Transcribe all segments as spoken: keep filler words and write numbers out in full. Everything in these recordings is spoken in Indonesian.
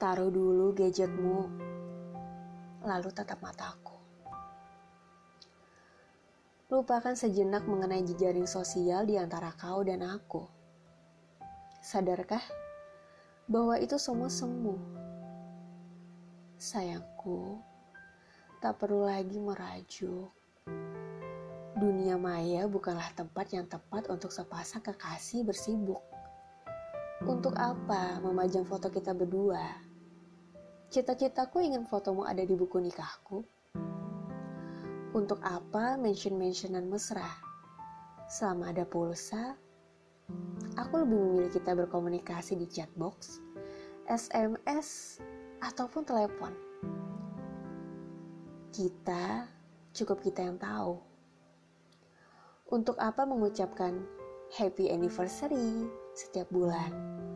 Taruh dulu gadgetmu, lalu tatap mataku. Lupakan sejenak mengenai jejaring sosial di antara kau dan aku. Sadarkah bahwa itu semua semu? Sayangku, tak perlu lagi merajuk. Dunia maya bukanlah tempat yang tepat untuk sepasang kekasih bersibuk. Untuk apa memajang foto kita berdua? Cita-citaku ingin fotomu ada di buku nikahku. Untuk apa mention-mentionan mesra? Selama ada pulsa, aku lebih memilih kita berkomunikasi di chatbox, S M S, ataupun telepon. Kita, cukup kita yang tahu. Untuk apa mengucapkan happy anniversary setiap bulan?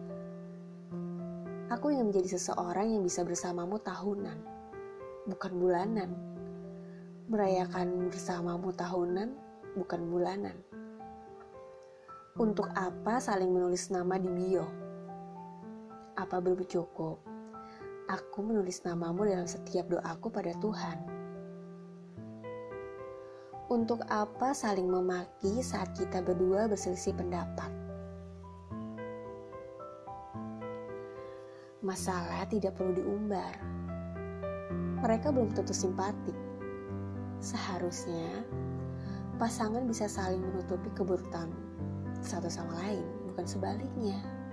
Aku ingin menjadi seseorang yang bisa bersamamu tahunan, bukan bulanan. Merayakan bersamamu tahunan, bukan bulanan. Untuk apa saling menulis nama di bio? Apa belum cukup? Aku menulis namamu dalam setiap doaku pada Tuhan. Untuk apa saling memaki saat kita berdua berselisih pendapat? Masalah tidak perlu diumbar. Mereka belum tentu simpatik. Seharusnya pasangan bisa saling menutupi keburukan satu sama lain, bukan sebaliknya.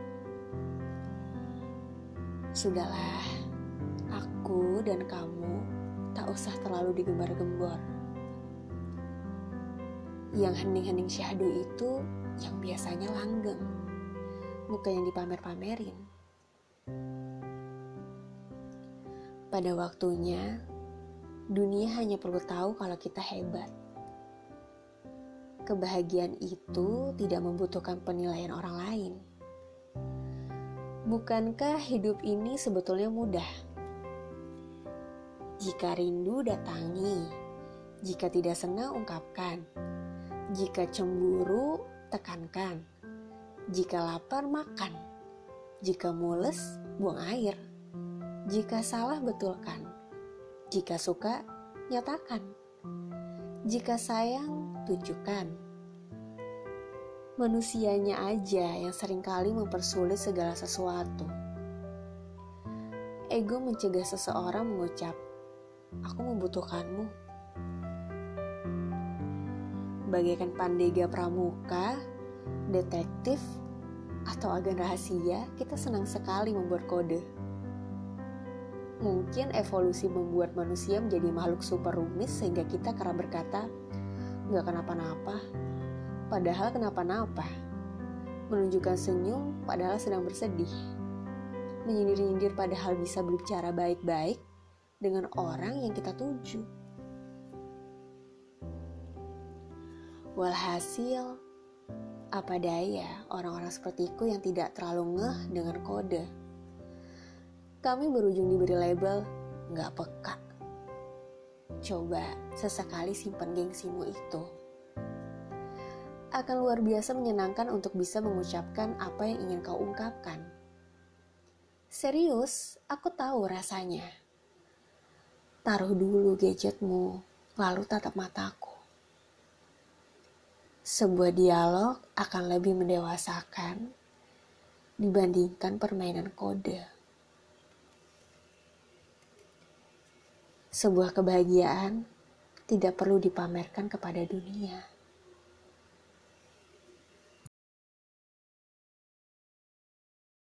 Sudahlah, aku dan kamu tak usah terlalu digembar-gembor. Yang hening-hening syahdu itu yang biasanya langgeng, bukan yang dipamer-pamerin. Pada waktunya, dunia hanya perlu tahu kalau kita hebat. Kebahagiaan itu tidak membutuhkan penilaian orang lain. Bukankah hidup ini sebetulnya mudah? Jika rindu datangi, jika tidak senang ungkapkan, jika cemburu tekankan, jika lapar makan, jika mules buang air, jika salah betulkan, jika suka nyatakan, jika sayang tunjukkan. Manusianya aja yang seringkali mempersulit segala sesuatu. Ego mencegah seseorang mengucap, "Aku membutuhkanmu." Bagaikan Pandega Pramuka, detektif, atau agen rahasia, kita senang sekali membuat kode. Mungkin evolusi membuat manusia menjadi makhluk super rumit sehingga kita kerap berkata, "Gak kenapa-napa," padahal kenapa-napa. Menunjukkan senyum padahal sedang bersedih. Menyindir-nyindir padahal bisa berbicara baik-baik dengan orang yang kita tuju. Walhasil, apa daya orang-orang sepertiku yang tidak terlalu ngeh dengan kode. Kami berujung diberi label gak peka. Coba sesekali simpan gengsimu itu. Akan luar biasa menyenangkan untuk bisa mengucapkan apa yang ingin kau ungkapkan. Serius, aku tahu rasanya. Taruh dulu gadgetmu, lalu tatap mataku. Sebuah dialog akan lebih mendewasakan dibandingkan permainan kode. Sebuah kebahagiaan tidak perlu dipamerkan kepada dunia.